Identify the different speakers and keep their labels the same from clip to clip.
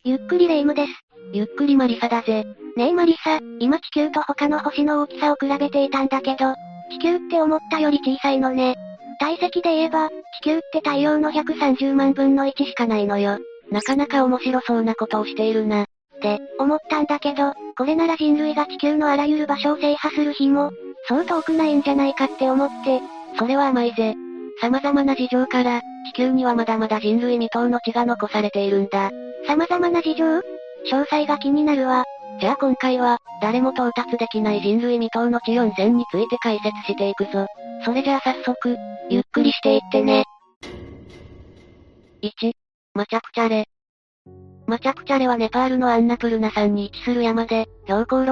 Speaker 1: ゆっくりレ夢ムです。
Speaker 2: ゆっくりマリサだぜ。
Speaker 1: ねえマリサ、今地球と他の星の大きさを比べていたんだけど、地球って思ったより小さいのね。体積で言えば、地球って太陽の130万分の1しかないのよ。
Speaker 2: なかなか面白そうなことをしているな。
Speaker 1: って思ったんだけど、これなら人類が地球のあらゆる場所を制覇する日も、そう遠くないんじゃないかって思って。
Speaker 2: それは甘いぜ。様々な事情から、地球にはまだまだ人類未踏の地が残されているんだ。
Speaker 1: 様々な事情？詳細が気になるわ。
Speaker 2: じゃあ今回は、誰も到達できない人類未踏の地4選について解説していくぞ。それじゃあ早速、ゆっくりしていってね。1、マチャプチャレ。マチャプチャレはネパールのアンナプルナ山に位置する山で、標高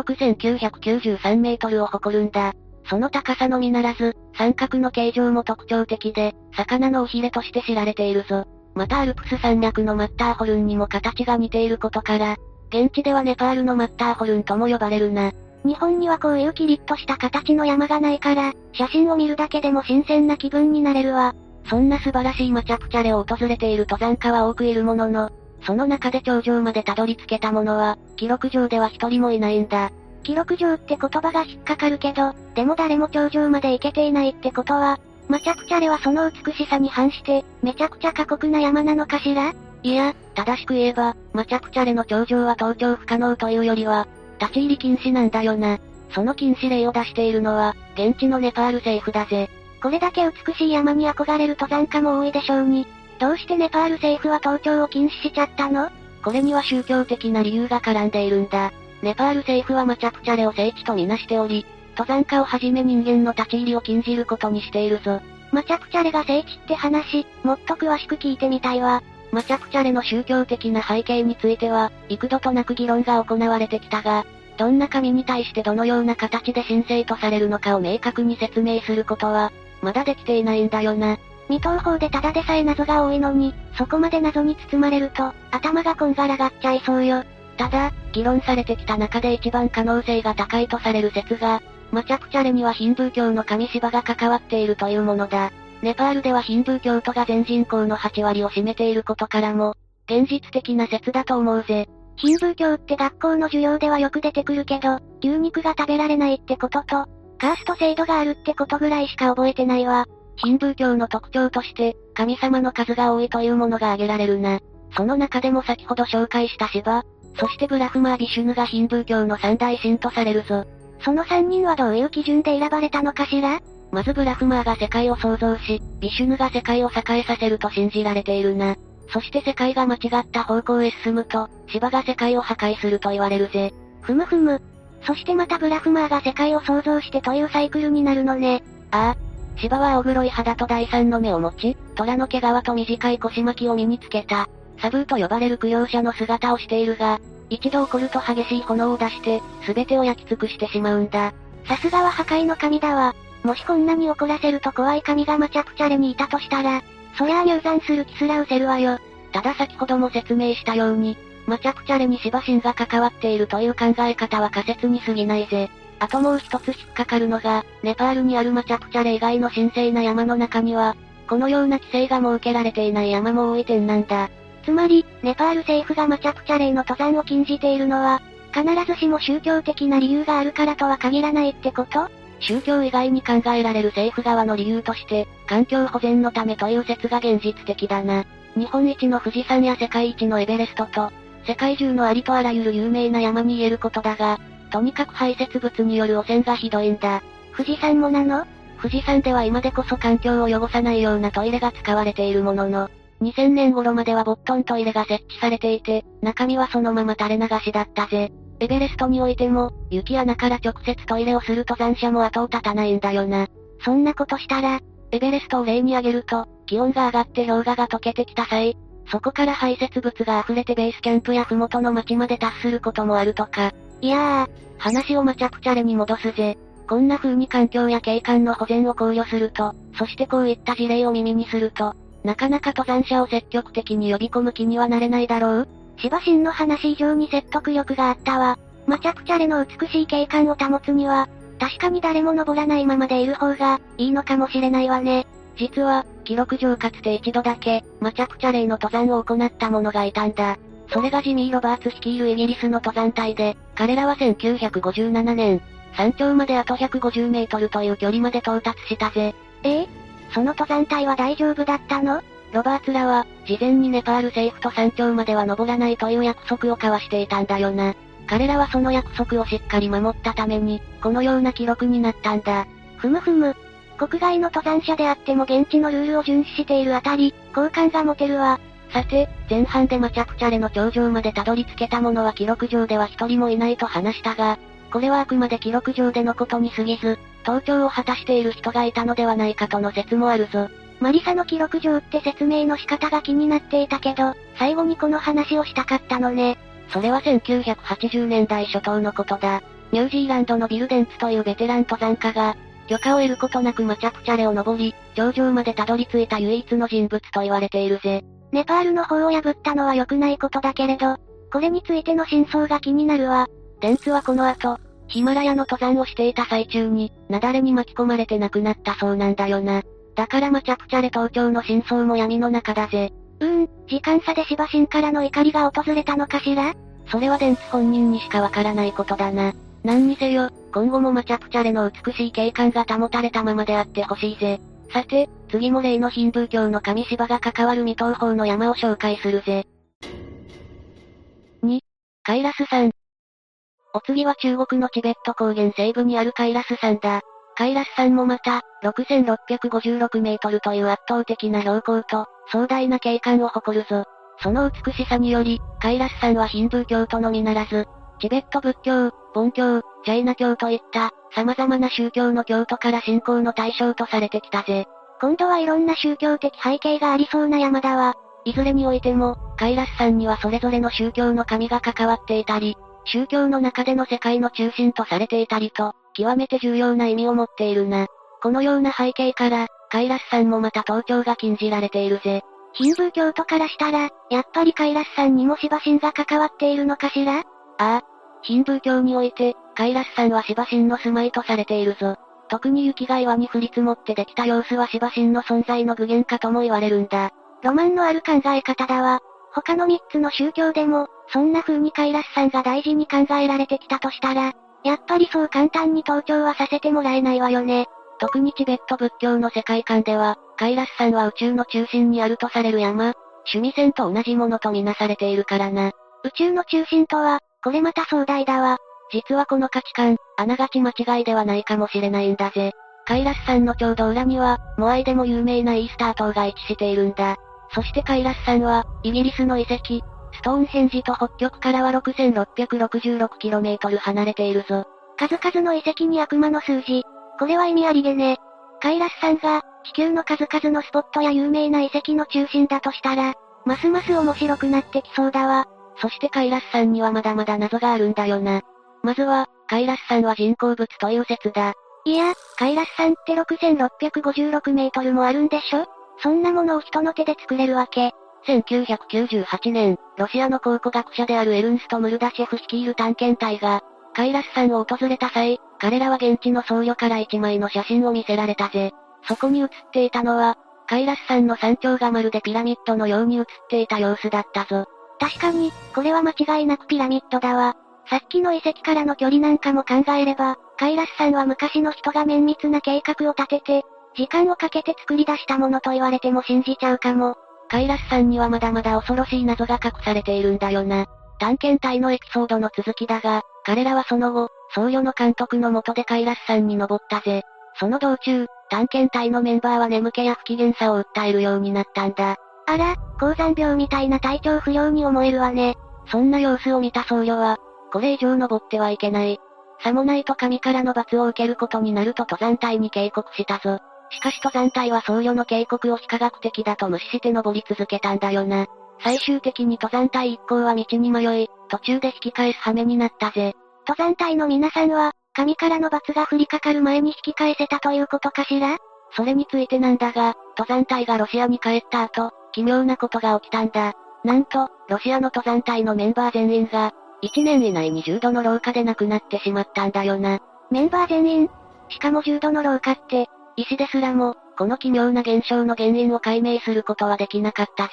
Speaker 2: 6993メートルを誇るんだ。その高さのみならず、三角の形状も特徴的で、魚の尾ひれとして知られているぞ。またアルプス山脈のマッターホルンにも形が似ていることから、現地ではネパールのマッターホルンとも呼ばれるな。
Speaker 1: 日本にはこういうキリッとした形の山がないから、写真を見るだけでも新鮮な気分になれるわ。
Speaker 2: そんな素晴らしいマチャプチャレを訪れている登山家は多くいるものの、その中で頂上までたどり着けた者は、記録上では一人もいないんだ。
Speaker 1: 記録上って言葉が引っかかるけど、でも誰も頂上まで行けていないってことは、マチャプチャレはその美しさに反して、めちゃくちゃ過酷な山なのかしら？
Speaker 2: いや、正しく言えば、マチャプチャレの頂上は登頂不可能というよりは、立ち入り禁止なんだよな。その禁止令を出しているのは、現地のネパール政府だぜ。
Speaker 1: これだけ美しい山に憧れる登山家も多いでしょうに。どうしてネパール政府は登頂を禁止しちゃったの？
Speaker 2: これには宗教的な理由が絡んでいるんだ。ネパール政府はマチャプチャレを聖地とみなしており、登山家をはじめ人間の立ち入りを禁じることにしているぞ。
Speaker 1: マチャプチャレが聖地って話、もっと詳しく聞いてみたいわ。
Speaker 2: マチャプチャレの宗教的な背景については、幾度となく議論が行われてきたが、どんな神に対してどのような形で神聖とされるのかを明確に説明することは、まだできていないんだよな。
Speaker 1: 未踏法でただでさえ謎が多いのに、そこまで謎に包まれると、頭がこんがらがっちゃいそうよ。
Speaker 2: ただ、議論されてきた中で一番可能性が高いとされる説が、マチャプチャレにはヒンドゥー教の神シバが関わっているというものだ。ネパールではヒンドゥー教徒が全人口の8割を占めていることからも、現実的な説だと思うぜ。
Speaker 1: ヒンドゥー教って学校の授業ではよく出てくるけど、牛肉が食べられないってことと、カースト制度があるってことぐらいしか覚えてないわ。
Speaker 2: ヒンドゥー教の特徴として、神様の数が多いというものが挙げられるな。その中でも先ほど紹介したシバ、そしてブラフマー・ビシュヌがヒンドゥー教の三大神とされるぞ。
Speaker 1: その3人はどういう基準で選ばれたのかしら？
Speaker 2: まずブラフマーが世界を創造し、ビシュヌが世界を栄えさせると信じられているな。そして世界が間違った方向へ進むと、シバが世界を破壊すると言われるぜ。
Speaker 1: ふむふむ。そしてまたブラフマーが世界を創造してというサイクルになるのね。
Speaker 2: ああ。シバは青黒い肌と第三の目を持ち、虎の毛皮と短い腰巻きを身につけた、サブーと呼ばれる供養者の姿をしているが、一度怒ると激しい炎を出して、すべてを焼き尽くしてしまうんだ。
Speaker 1: さすがは破壊の神だわ。もしこんなに怒らせると怖い神がマチャプチャレにいたとしたら、そりゃあ入山する気すら失せるわよ。
Speaker 2: ただ先ほども説明したように、マチャプチャレにシバ神が関わっているという考え方は仮説に過ぎないぜ。あともう一つ引っかかるのが、ネパールにあるマチャプチャレ以外の神聖な山の中には、このような規制が設けられていない山も多い点なんだ。
Speaker 1: つまり、ネパール政府がマチャプチャレの登山を禁じているのは、必ずしも宗教的な理由があるからとは限らないってこと？
Speaker 2: 宗教以外に考えられる政府側の理由として、環境保全のためという説が現実的だな。日本一の富士山や世界一のエベレストと、世界中のありとあらゆる有名な山に言えることだが、とにかく排泄物による汚染がひどいんだ。
Speaker 1: 富士山もなの？
Speaker 2: 富士山では今でこそ環境を汚さないようなトイレが使われているものの、2000年頃まではボットントイレが設置されていて、中身はそのまま垂れ流しだったぜ。エベレストにおいても、雪穴から直接トイレをする登山者も後を絶たないんだよな。
Speaker 1: そんなことしたら、
Speaker 2: エベレストを例に挙げると、気温が上がって氷河が溶けてきた際、そこから排泄物が溢れてベースキャンプや麓の町まで達することもあるとか。
Speaker 1: いや
Speaker 2: 話をマチャプチャレに戻すぜ。こんな風に環境や景観の保全を考慮すると、そしてこういった事例を耳にすると、なかなか登山者を積極的に呼び込む気にはなれないだろう？
Speaker 1: シバ神の話以上に説得力があったわ。マチャプチャレの美しい景観を保つには、確かに誰も登らないままでいる方が、いいのかもしれないわね。
Speaker 2: 実は、記録上かつて一度だけ、マチャプチャレの登山を行った者がいたんだ。 それがジミー・ロバーツ率いるイギリスの登山隊で、彼らは1957年、山頂まであと150メートルという距離まで到達したぜ。
Speaker 1: その登山隊は大丈夫だったの？
Speaker 2: ロバーツらは、事前にネパール政府と山頂までは登らないという約束を交わしていたんだよな。彼らはその約束をしっかり守ったために、このような記録になったんだ。
Speaker 1: ふむふむ。国外の登山者であっても現地のルールを遵守しているあたり、好感が持てるわ。
Speaker 2: さて、前半でマチャプチャレの頂上までたどり着けた者は記録上では一人もいないと話したが、これはあくまで記録上でのことに過ぎず、登頂を果たしている人がいたのではないかとの説もあるぞ。
Speaker 1: マリサの記録上って説明の仕方が気になっていたけど、最後にこの話をしたかったのね。
Speaker 2: それは1980年代初頭のことだ。ニュージーランドのビル・デンツというベテラン登山家が、許可を得ることなくマチャプチャレを登り、頂上までたどり着いた唯一の人物と言われているぜ。
Speaker 1: ネパールの法を破ったのは良くないことだけれど、これについての真相が気になるわ。
Speaker 2: デンツはこの後、ヒマラヤの登山をしていた最中に、雪崩に巻き込まれて亡くなったそうなんだよな。だからマチャプチャレ登頂の真相も闇の中だぜ。
Speaker 1: 時間差でシバ神からの怒りが訪れたのかしら？
Speaker 2: それはデンツ本人にしかわからないことだな。何にせよ、今後もマチャプチャレの美しい景観が保たれたままであってほしいぜ。さて、次も例のヒンドゥー教の神シバが関わる未踏峰の山を紹介するぜ。2、カイラス山。お次は中国のチベット高原西部にあるカイラス山だ。カイラス山もまた、6656メートルという圧倒的な標高と、壮大な景観を誇るぞ。その美しさにより、カイラス山はヒンドゥー教徒のみならず、チベット仏教、ボン教、ジャイナ教といった、様々な宗教の教徒から信仰の対象とされてきたぜ。
Speaker 1: 今度はいろんな宗教的背景がありそうな山だわ。
Speaker 2: いずれにおいても、カイラス山にはそれぞれの宗教の神が関わっていたり、宗教の中での世界の中心とされていたりと、極めて重要な意味を持っているな。このような背景から、カイラス山もまた登頂が禁じられているぜ。
Speaker 1: ヒンドゥー教徒からしたら、やっぱりカイラス山にもシバ神が関わっているのかしら？
Speaker 2: ああ。ヒンドゥー教において、カイラス山はシバ神の住まいとされているぞ。特に雪が岩に降り積もってできた様子はシバ神の存在の具現化とも言われるんだ。
Speaker 1: ロマンのある考え方だわ。他の3つの宗教でも、そんな風にカイラス山が大事に考えられてきたとしたら、やっぱりそう簡単に登頂はさせてもらえないわよね。
Speaker 2: 特にチベット仏教の世界観では、カイラス山は宇宙の中心にあるとされる山、須弥山と同じものとみなされているからな。
Speaker 1: 宇宙の中心とは、これまた壮大だわ。
Speaker 2: 実はこの価値観、あながち間違いではないかもしれないんだぜ。カイラス山のちょうど裏には、モアイでも有名なイースター島が位置しているんだ。そしてカイラス山は、イギリスの遺跡、ストーンヘンジと北極からは 6666km 離れているぞ。
Speaker 1: 数々の遺跡に悪魔の数字。これは意味ありげね。カイラス山が、地球の数々のスポットや有名な遺跡の中心だとしたら、ますます面白くなってきそうだわ。
Speaker 2: そしてカイラス山にはまだまだ謎があるんだよな。まずは、カイラス山は人工物という説だ。
Speaker 1: いや、カイラス山って6656メートルもあるんでしょ？そんなものを人の手で作れるわけ。
Speaker 2: 1998年、ロシアの考古学者であるエルンスト・ムルダシェフ率いる探検隊が、カイラス山を訪れた際、彼らは現地の僧侶から1枚の写真を見せられたぜ。そこに写っていたのは、カイラス山の山頂がまるでピラミッドのように写っていた様子だったぞ。
Speaker 1: 確かに、これは間違いなくピラミッドだわ。さっきの遺跡からの距離なんかも考えれば、カイラス山は昔の人が綿密な計画を立てて、時間をかけて作り出したものと言われても信じちゃうかも。
Speaker 2: カイラス山にはまだまだ恐ろしい謎が隠されているんだよな。探検隊のエピソードの続きだが、彼らはその後、僧侶の監督の下でカイラス山に登ったぜ。その道中、探検隊のメンバーは眠気や不機嫌さを訴えるようになったんだ。
Speaker 1: あら、高山病みたいな体調不良に思えるわね。
Speaker 2: そんな様子を見た僧侶は、これ以上登ってはいけない。さもないと神からの罰を受けることになると登山隊に警告したぞ。しかし登山隊は僧侶の警告を非科学的だと無視して登り続けたんだよな。最終的に登山隊一行は道に迷い、途中で引き返す羽目になったぜ。
Speaker 1: 登山隊の皆さんは、神からの罰が降りかかる前に引き返せたということかしら？
Speaker 2: それについてなんだが、登山隊がロシアに帰った後、奇妙なことが起きたんだ。なんと、ロシアの登山隊のメンバー全員が、1年以内に重度の老化で亡くなってしまったんだよな。
Speaker 1: メンバー全員？しかも重度の老化って、
Speaker 2: 医師ですらも、この奇妙な現象の原因を解明することはできなかったぜ。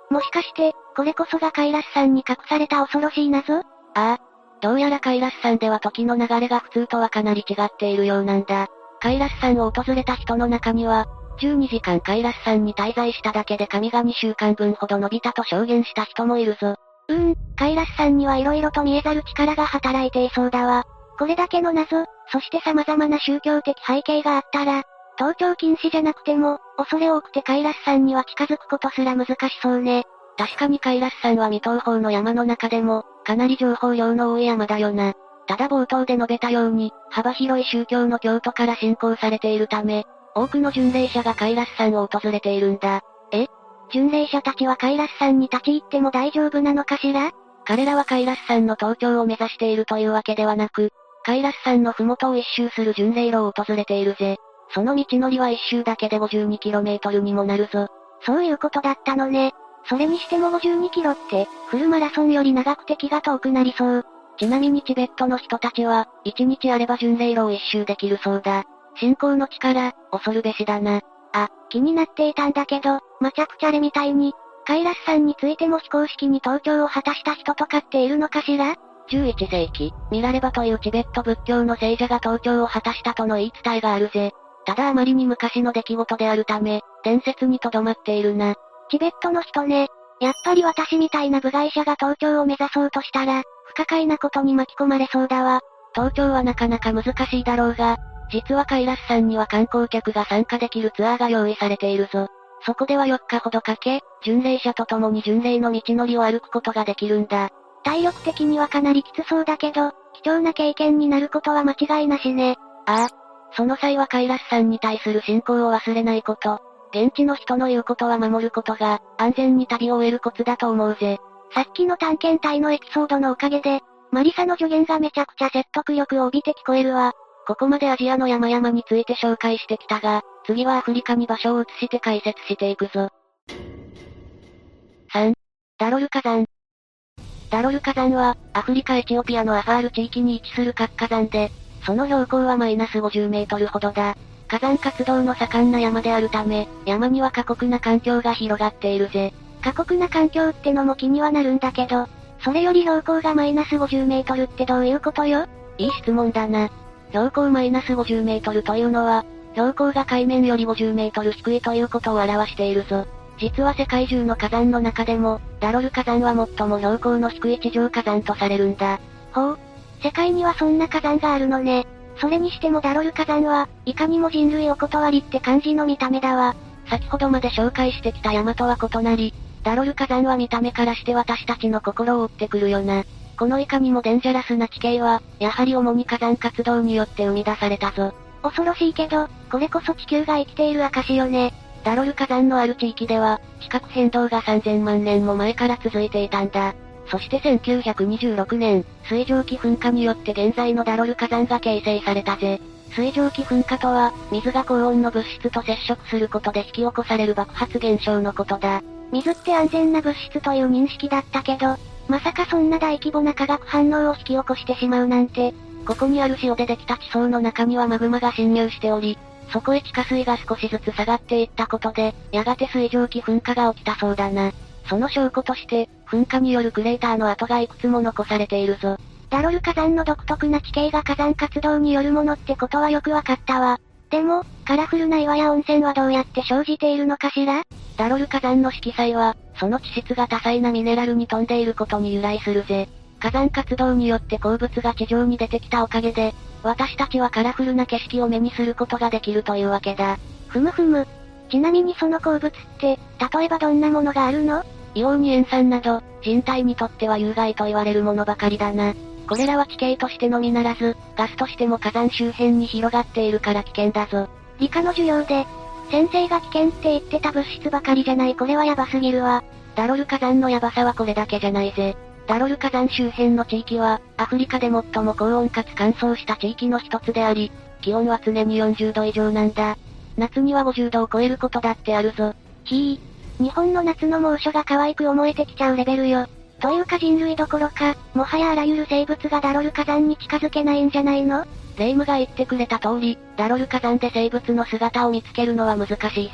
Speaker 1: もしかして、これこそがカイラス山に隠された恐ろしい謎？
Speaker 2: ああ。どうやらカイラス山では時の流れが普通とはかなり違っているようなんだ。カイラス山を訪れた人の中には、12時間カイラス山に滞在しただけで髪が2週間分ほど伸びたと証言した人もいるぞ。
Speaker 1: カイラス山には色々と見えざる力が働いていそうだわ。これだけの謎、そして様々な宗教的背景があったら、登頂禁止じゃなくても、恐れ多くてカイラス山には近づくことすら難しそうね。
Speaker 2: 確かにカイラス山は未踏峰の山の中でも、かなり情報量の多い山だよな。ただ冒頭で述べたように、幅広い宗教の教徒から信仰されているため、多くの巡礼者がカイラス山を訪れているんだ。
Speaker 1: 巡礼者たちはカイラス山に立ち入っても大丈夫なのかしら？
Speaker 2: 彼らはカイラス山の登頂を目指しているというわけではなく、カイラス山の麓を一周する巡礼路を訪れているぜ。その道のりは一周だけで 52km にもなるぞ。
Speaker 1: そういうことだったのね。それにしても52キロって、フルマラソンより長くて気が遠くなりそう。
Speaker 2: ちなみにチベットの人たちは、1日あれば巡礼路を一周できるそうだ。信仰の力、恐るべしだな。
Speaker 1: 気になっていたんだけど、マチャクチャレみたいに、カイラス山についても非公式に登頂を果たした人とかっているのかしら？
Speaker 2: 11世紀、ミラレバというチベット仏教の聖者が登頂を果たしたとの言い伝えがあるぜ。ただあまりに昔の出来事であるため、伝説にとどまっているな。
Speaker 1: チベットの人ね。やっぱり私みたいな部外者が登頂を目指そうとしたら、不可解なことに巻き込まれそうだわ。
Speaker 2: 登頂はなかなか難しいだろうが、実はカイラス山には観光客が参加できるツアーが用意されているぞ。そこでは4日ほどかけ、巡礼者と共に巡礼の道のりを歩くことができるんだ。
Speaker 1: 体力的にはかなりきつそうだけど、貴重な経験になることは間違いなしね。
Speaker 2: その際はカイラス山に対する信仰を忘れないこと、現地の人の言うことは守ることが、安全に旅を終えるコツだと思うぜ。
Speaker 1: さっきの探検隊のエピソードのおかげで、マリサの助言がめちゃくちゃ説得力を帯びて聞こえるわ。
Speaker 2: ここまでアジアの山々について紹介してきたが、次はアフリカに場所を移して解説していくぞ。3. ダロル火山。ダロル火山は、アフリカエチオピアのアファール地域に位置する活火山で、その標高はマイナス50メートルほどだ。火山活動の盛んな山であるため、山には過酷な環境が広がっているぜ。
Speaker 1: 過酷な環境ってのも気にはなるんだけど、それより標高がマイナス50メートルってどういうことよ？
Speaker 2: いい質問だな。標高マイナス50メートルというのは、標高が海面より50メートル低いということを表しているぞ。実は世界中の火山の中でも、ダロル火山は最も標高の低い地上火山とされるんだ。
Speaker 1: ほう。世界にはそんな火山があるのね。それにしてもダロル火山は、いかにも人類お断りって感じの見た目だわ。
Speaker 2: 先ほどまで紹介してきた山とは異なり、ダロル火山は見た目からして私たちの心を打ってくるよな。このいかにもデンジャラスな地形は、やはり主に火山活動によって生み出されたぞ。
Speaker 1: 恐ろしいけど、これこそ地球が生きている証よね。
Speaker 2: ダロル火山のある地域では、地殻変動が3000万年も前から続いていたんだ。そして1926年、水蒸気噴火によって現在のダロル火山が形成されたぜ。水蒸気噴火とは、水が高温の物質と接触することで引き起こされる爆発現象のことだ。
Speaker 1: 水って安全な物質という認識だったけど、まさかそんな大規模な化学反応を引き起こしてしまうなんて。
Speaker 2: ここにある塩でできた地層の中にはマグマが侵入しており、そこへ地下水が少しずつ下がっていったことで、やがて水蒸気噴火が起きたそうだな。その証拠として、噴火によるクレーターの跡がいくつも残されているぞ。
Speaker 1: ダロル火山の独特な地形が火山活動によるものってことはよくわかったわ。でも、カラフルな岩や温泉はどうやって生じているのかしら？
Speaker 2: ダロル火山の色彩は、その地質が多彩なミネラルに富んでいることに由来するぜ。火山活動によって鉱物が地上に出てきたおかげで、私たちはカラフルな景色を目にすることができるというわけだ。
Speaker 1: ふむふむ。ちなみにその鉱物って、例えばどんなものがあるの？
Speaker 2: 硫黄に塩酸など、人体にとっては有害と言われるものばかりだな。これらは地形としてのみならず、ガスとしても火山周辺に広がっているから危険だぞ。
Speaker 1: 理科の授業で、先生が危険って言ってた物質ばかりじゃない。これはヤバすぎるわ。
Speaker 2: ダロル火山のヤバさはこれだけじゃないぜ。ダロル火山周辺の地域は、アフリカで最も高温かつ乾燥した地域の一つであり、気温は常に40度以上なんだ。夏には50度を超えることだってあるぞ。
Speaker 1: 日本の夏の猛暑が可愛く思えてきちゃうレベルよ。というか人類どころか、もはやあらゆる生物がダロル火山に近づけないんじゃないの？
Speaker 2: 霊夢が言ってくれた通り、ダロル火山で生物の姿を見つけるのは難しいぜ。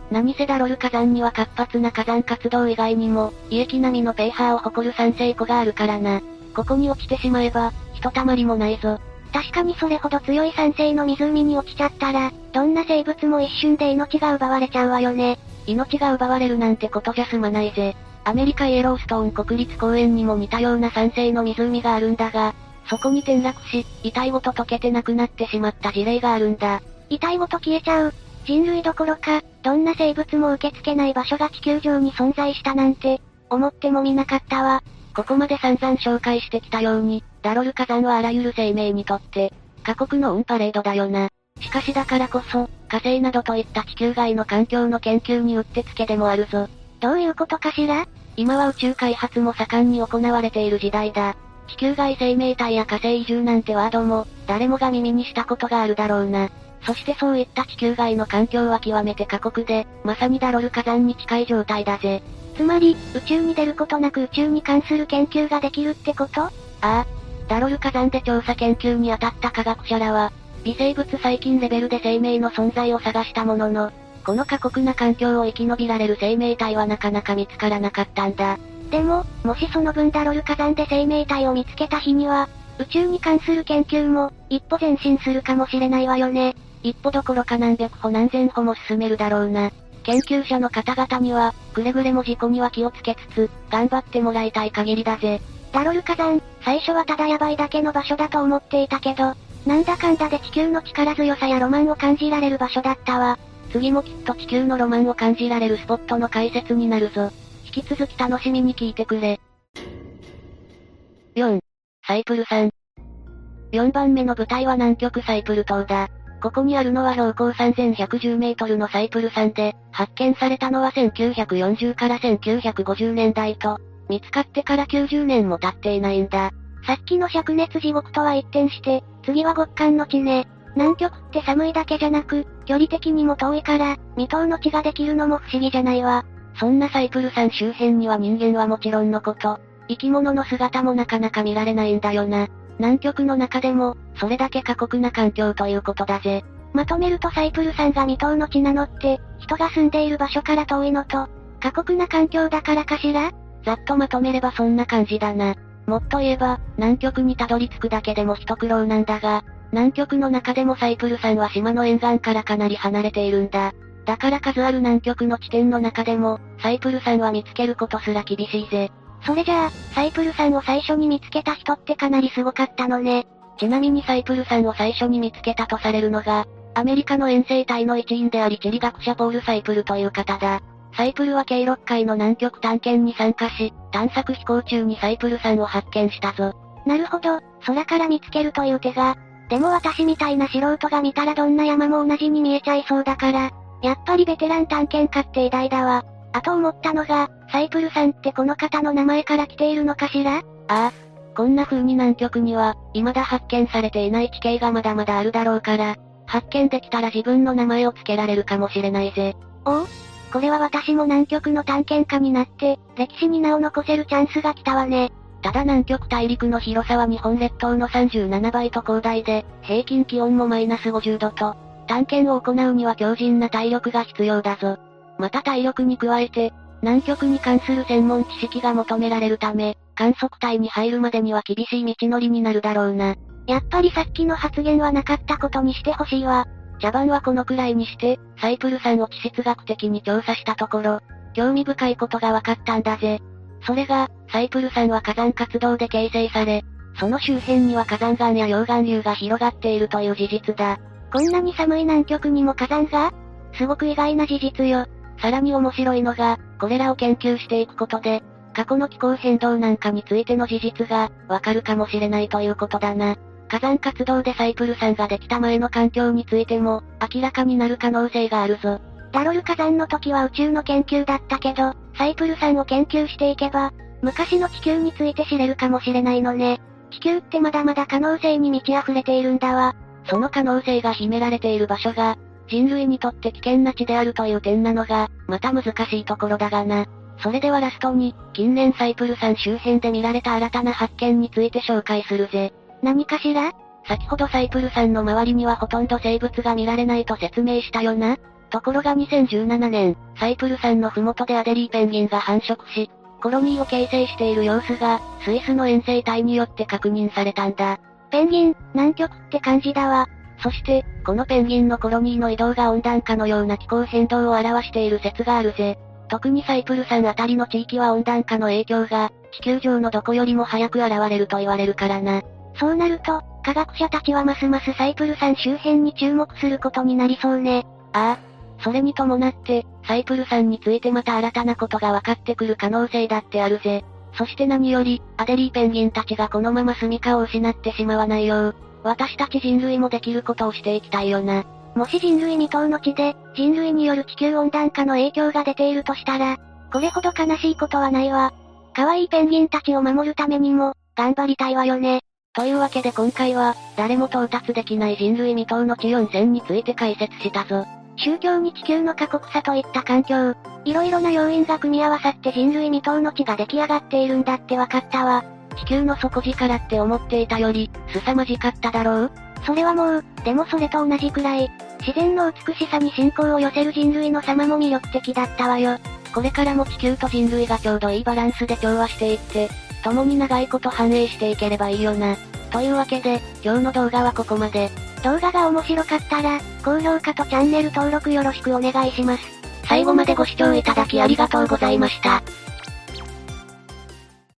Speaker 2: 何せダロル火山には活発な火山活動以外にも、胃液並みのペーハーを誇る酸性湖があるからな。ここに落ちてしまえば、ひとたまりもないぞ。
Speaker 1: 確かにそれほど強い酸性の湖に落ちちゃったら、どんな生物も一瞬で命が奪われちゃうわよね。
Speaker 2: 命が奪われるなんてことじゃ済まないぜ。アメリカイエローストーン国立公園にも似たような酸性の湖があるんだが、そこに転落し、遺体ごと溶けて亡くなってしまった事例があるんだ。
Speaker 1: 遺体ごと消えちゃう。人類どころか、どんな生物も受け付けない場所が地球上に存在したなんて、思ってもみなかったわ。
Speaker 2: ここまで散々紹介してきたように、ダロル火山はあらゆる生命にとって、過酷のオンパレードだよな。しかしだからこそ、火星などといった地球外の環境の研究にうってつけでもあるぞ。
Speaker 1: どういうことかしら？
Speaker 2: 今は宇宙開発も盛んに行われている時代だ。地球外生命体や火星移住なんてワードも、誰もが耳にしたことがあるだろうな。そしてそういった地球外の環境は極めて過酷で、まさにダロル火山に近い状態だぜ。
Speaker 1: つまり、宇宙に出ることなく宇宙に関する研究ができるってこと？
Speaker 2: ああ。ダロル火山で調査研究に当たった科学者らは、微生物細菌レベルで生命の存在を探したものの、この過酷な環境を生き延びられる生命体はなかなか見つからなかったんだ。
Speaker 1: でも、もしその分ダロル火山で生命体を見つけた日には、宇宙に関する研究も、一歩前進するかもしれないわよね。
Speaker 2: 一歩どころか何百歩何千歩も進めるだろうな。研究者の方々には、くれぐれも事故には気をつけつつ、頑張ってもらいたい限りだぜ。
Speaker 1: ダロル火山、最初はただヤバいだけの場所だと思っていたけど、なんだかんだで地球の力強さやロマンを感じられる場所だったわ。
Speaker 2: 次もきっと地球のロマンを感じられるスポットの解説になるぞ。引き続き楽しみに聞いてくれ。4. サイプル山。4番目の舞台は南極サイプル島だ。ここにあるのは標高3110メートルのサイプル山で、発見されたのは1940から1950年代と、見つかってから90年も経っていないんだ。
Speaker 1: さっきの灼熱地獄とは一転して、次は極寒の地ね。南極って寒いだけじゃなく、距離的にも遠いから、未踏の地ができるのも不思議じゃないわ。
Speaker 2: そんなサイプル山周辺には人間はもちろんのこと、生き物の姿もなかなか見られないんだよな。南極の中でも、それだけ過酷な環境ということだぜ。
Speaker 1: まとめるとサイプル山が未踏の地なのって、人が住んでいる場所から遠いのと、過酷な環境だからかしら？
Speaker 2: ざっとまとめればそんな感じだな。もっと言えば、南極にたどり着くだけでも一苦労なんだが、南極の中でもサイプル山は島の沿岸からかなり離れているんだ。だから数ある南極の地点の中でも、サイプル山は見つけることすら厳しいぜ。
Speaker 1: それじゃあ、サイプル山を最初に見つけた人ってかなりすごかったのね。
Speaker 2: ちなみにサイプル山を最初に見つけたとされるのが、アメリカの遠征隊の一員であり地理学者ポール・サイプルという方だ。サイプルは計6回の南極探検に参加し、探索飛行中にサイプル山を発見したぞ。
Speaker 1: なるほど、空から見つけるという手が。でも私みたいな素人が見たらどんな山も同じに見えちゃいそうだから、やっぱりベテラン探検家って偉大だわ。あと思ったのが、サイプル山ってこの方の名前から来ているのかしら？
Speaker 2: ああ。こんな風に南極には、未だ発見されていない地形がまだまだあるだろうから、発見できたら自分の名前を付けられるかもしれないぜ。
Speaker 1: おう？これは私も南極の探検家になって、歴史に名を残せるチャンスが来たわね。
Speaker 2: ただ南極大陸の広さは日本列島の37倍と広大で、平均気温もマイナス50度と、探検を行うには強靭な体力が必要だぞ。また体力に加えて、南極に関する専門知識が求められるため、観測隊に入るまでには厳しい道のりになるだろうな。
Speaker 1: やっぱりさっきの発言はなかったことにしてほしいわ。
Speaker 2: 茶番はこのくらいにして、サイプル山を地質学的に調査したところ、興味深いことが分かったんだぜ。それが、サイプル山は火山活動で形成され、その周辺には火山岩や溶岩流が広がっているという事実だ。
Speaker 1: こんなに寒い南極にも火山が？すごく意外な事実よ。
Speaker 2: さらに面白いのが、これらを研究していくことで、過去の気候変動なんかについての事実が、わかるかもしれないということだな。火山活動でサイプル山ができた前の環境についても、明らかになる可能性があるぞ。
Speaker 1: ダロル火山の時は宇宙の研究だったけど、サイプル山を研究していけば、昔の地球について知れるかもしれないのね。地球ってまだまだ可能性に満ち溢れているんだわ。
Speaker 2: その可能性が秘められている場所が、人類にとって危険な地であるという点なのが、また難しいところだがな。それではラストに、近年サイプル山周辺で見られた新たな発見について紹介するぜ。
Speaker 1: 何かしら？
Speaker 2: 先ほどサイプル山の周りにはほとんど生物が見られないと説明したよな。 ところが2017年、サイプル山の麓でアデリーペンギンが繁殖し、コロニーを形成している様子が、スイスの遠征隊によって確認されたんだ。
Speaker 1: ペンギン、南極って感じだわ。
Speaker 2: そして、このペンギンのコロニーの移動が温暖化のような気候変動を表している説があるぜ。特にサイプル山あたりの地域は温暖化の影響が、地球上のどこよりも早く現れると言われるからな。
Speaker 1: そうなると、科学者たちはますますサイプル山周辺に注目することになりそうね。
Speaker 2: ああ。それに伴って、サイプル山についてまた新たなことが分かってくる可能性だってあるぜ。そして何より、アデリーペンギンたちがこのまま住処を失ってしまわないよう、私たち人類もできることをしていきたいよな。
Speaker 1: もし人類未踏の地で、人類による地球温暖化の影響が出ているとしたら、これほど悲しいことはないわ。可愛いペンギンたちを守るためにも、頑張りたいわよね。
Speaker 2: というわけで今回は、誰も到達できない人類未踏の地4選について解説したぞ。
Speaker 1: 宗教に地球の過酷さといった環境、いろいろな要因が組み合わさって人類未踏の地が出来上がっているんだってわかったわ。
Speaker 2: 地球の底力って思っていたより、凄まじかっただろう？
Speaker 1: それはもう、でもそれと同じくらい、自然の美しさに信仰を寄せる人類の様も魅力的だったわよ。
Speaker 2: これからも地球と人類がちょうどいいバランスで調和していって、共に長いこと繁栄していければいいよな。というわけで、今日の動画はここまで。
Speaker 1: 動画が面白かったら、高評価とチャンネル登録よろしくお願いします。
Speaker 2: 最後までご視聴いただきありがとうございました。